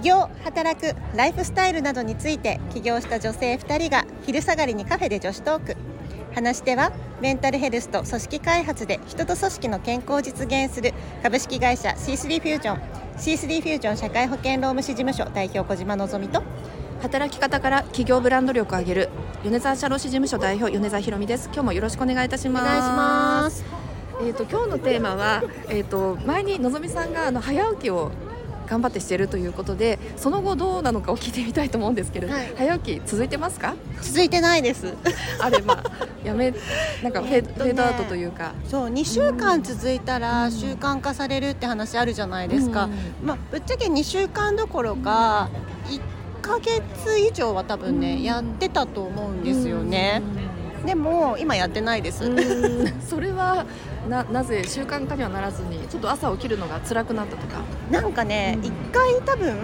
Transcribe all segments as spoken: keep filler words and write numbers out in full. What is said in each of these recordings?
業、働く、ライフスタイルなどについて起業した女性ふたりが昼下がりにカフェで女子トーク。話し手はメンタルヘルスと組織開発で人と組織の健康を実現する株式会社 シースリー フュージョン シースリー フュージョン社会保険労務士事務所代表小島のぞみと、 働き方から企業ブランド力を上げる米沢社労士事務所代表米沢ひろみです。今日もよろしくお願いいたします。 お願いします。 えーと、今日のテーマは、えーと、前にのぞみさんがあの早起きを頑張ってしているということで、その後どうなのかを聞いてみたいと思うんですけれど、はい、早起き続いてますか？ 続いてないですあれ、まあやめなんかフェード、ね、フェードアウトというか、 そうにしゅうかん続いたら習慣化されるって話あるじゃないですか、うんまあ、ぶっちゃけにしゅうかんどころかいっかげつ以上は多分ね、うん、やってたと思うんですよね、うん、でも今やってないです。 うんそれは な, なぜ習慣化にはならずにちょっと朝起きるのが辛くなったとか？ なんかね、一、うん、回多分、うん、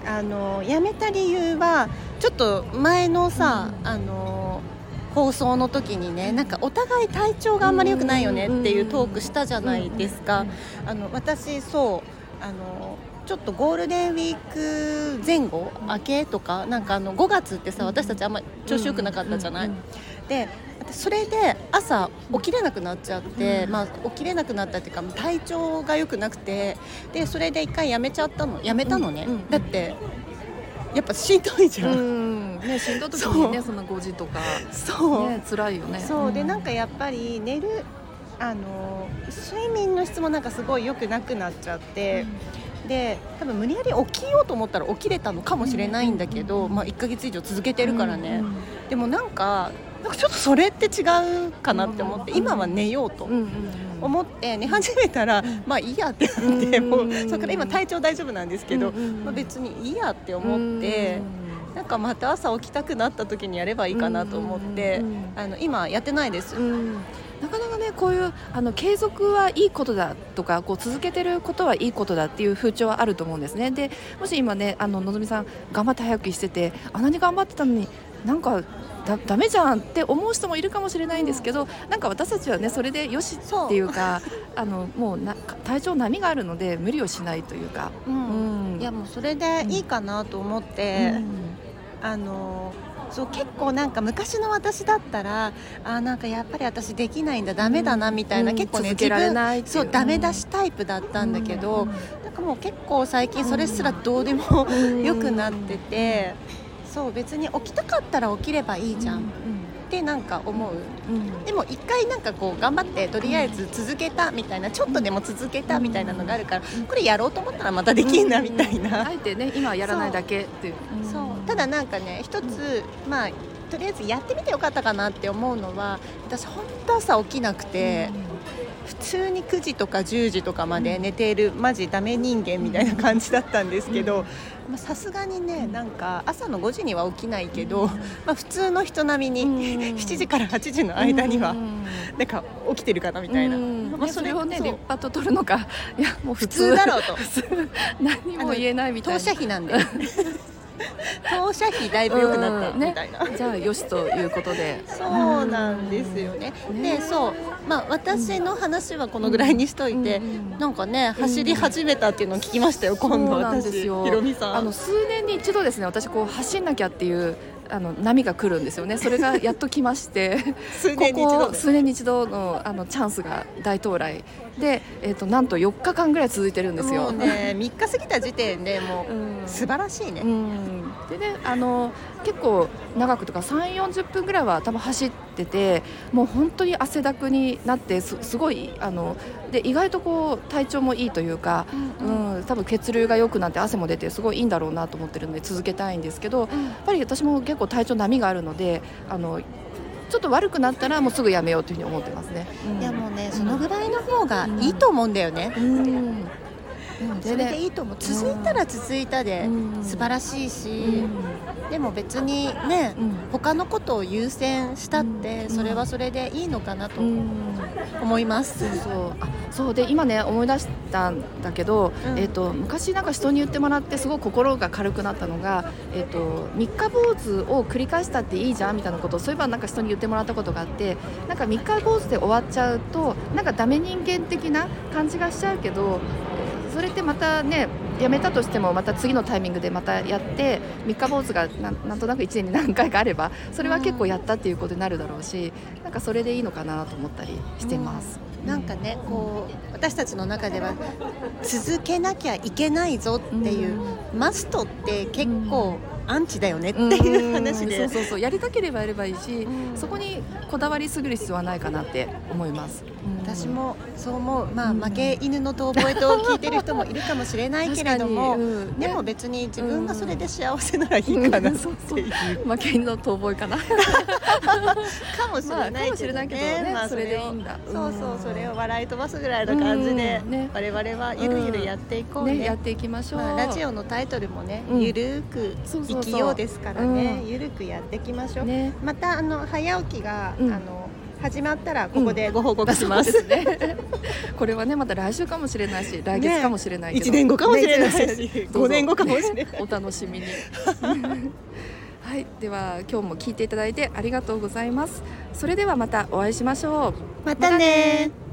あのやめた理由はちょっと前のさ、うん、あの放送の時にね、なんかお互い体調があんまり良くないよねっていうトークしたじゃないですか。あの私そうあのちょっとゴールデンウィーク前後明けとか、なんかあのごがつってさ、私たちあんまり調子良くなかったじゃない、でそれで朝起きれなくなっちゃって、うんまあ、起きれなくなったっていうか体調が良くなくて、でそれで一回やめちゃったのやめたのね、うんうん、だってやっぱしんどいじゃん、うんね、しんどい時にね、そんなごじとかそう、ね、辛いよね。 そうで、なんかやっぱり寝るあの睡眠の質もなんかすごい良くなくなっちゃって、うん、で多分無理やり起きようと思ったら起きれたのかもしれないんだけど、うんまあ、いっかげつ以上続けてるからね、うんうん、でもなんかなんかちょっとそれって違うかなって思って、今は寝ようと思って寝始めたら、まあいいやってなって、もうそれから今体調大丈夫なんですけど、まあ、別にいいやって思って、なんかまた朝起きたくなった時にやればいいかなと思って、あの今やってないです。 なかなかね、こういうあの継続はいいことだとか、こう続けてることはいいことだっていう風潮はあると思うんですね。でもし今ね、あののぞみさん頑張って早起きしてて、あんなに頑張ってたのになんかだダメじゃんって思う人もいるかもしれないんですけど、なんか私たちはねそれでよしっていうか、あのもうな体調波があるので無理をしないというか、 うんうん、いやもうそれでいいかなと思って、うん、あのそう結構なんか昔の私だったら、あなんかやっぱり私できないんだダメだなみたいな、うん、結構ね続けられないっていう、 そうダメ出しタイプだったんだけど、うん、なんかもう結構最近それすらどうでも良くなってて、そう別に起きたかったら起きればいいじゃん、うんうん、ってなんか思う、うん、でも一回なんかこう頑張ってとりあえず続けたみたいな、ちょっとでも続けたみたいなのがあるから、これやろうと思ったらまたできんなみたいな、うんうん、 あえてね今はやらないだけっていう、 そう、そうただなんかね一つ、まあとりあえずやってみてよかったかなって思うのは、私本当朝起きなくて、うん普通にくじとかじゅうじとかまで寝ているマジダメ人間みたいな感じだったんですけど、さすがにね、なんか朝のごじには起きないけど、まあ、普通の人並みにしちじからはちじの間にはなんか起きてるかなみたいな、 まあ、それをね立派と取るのか、いやもう普通普通だろうと何も言えないみたいな、 当社費なんで当社費だいぶ良くなったみたいな、 ね、じゃあよしということでそうなんですよね。でそう、まあ、私の話はこのぐらいにしといて、うん、なんかね走り始めたっていうのを聞きましたよ、うん、今度私ひろみさん、 あの数年に一度ですね、私こう走んなきゃっていうあの波が来るんですよね。それがやっと来まして数年に一度、 ここ数年に一度 の, あのチャンスが大到来で、えー、となんとよっかかんぐらい続いてるんですよ。 もうねみっか過ぎた時点でもう、うん、素晴らしいね、うん、 でね、あの結構長くとかさんじゅう、よんじゅっぷんぐらいは多分走ってて、もう本当に汗だくになって す, すごいあので意外とこう体調もいいというか、うんうん、多分血流が良くなって汗も出てすごいいいんだろうなと思ってるので続けたいんですけど、うん、やっぱり私も結構体調波があるので、あのちょっと悪くなったらもうすぐやめようというふうに思ってますね、 うん、いやもうねそのぐらいの方がいいと思うんだよね、うんうんうん、それでいいと思う。続いたら続いたで素晴らしいし、うん、でも別にね、うん、他のことを優先したってそれはそれでいいのかなと思います、うん、 そうそうあそうで今ね思い出したんだけど、うんえー、と昔なんか人に言ってもらってすごく心が軽くなったのが、えー、と三日坊主を繰り返したっていいじゃんみたいなことをそういえばなんか人に言ってもらったことがあって、なんか三日坊主で終わっちゃうとなんかダメ人間的な感じがしちゃうけど、それってまたねやめたとしてもまた次のタイミングでまたやって三日坊主が な, なんとなくいちねんに何回かあればそれは結構やったっていうことになるだろうし、なんかそれでいいのかなと思ったりしてます。 うん、なんかねこう私たちの中では続けなきゃいけないぞっていう、うん、マストって結構アンチだよねっていう話で、 そうそうそうやりたければやればいいし、うん、そこにこだわりすぎる必要はないかなって思います。 私もそう思う、まあ、負け犬の遠吠えと聞いてる人もいるかもしれないけれども、うんね、でも別に自分がそれで幸せならいいかなっていう、そうそう負け犬の遠吠えかなかもしれないけどね、まあ、それでいいんだ、そうそうそれを笑い飛ばすぐらいの感じで、うんね、我々はゆるゆるやっていこうね、 ねやっていきましょう、まあ、ラジオのタイトルもね、うん、ゆるく生きようですからね、うん、ゆるくやっていきましょう、ね、またあの早起きが、うん、あの始まったらここでご報告します、うんね、 これはねまた来週かもしれないし来月かもしれないけど、ね、 いちねんごかもしれないし、ね、ごねんごかもしれない、ね、 お楽しみにはい、では今日も聞いていただいてありがとうございます。それではまたお会いしましょう。 またね。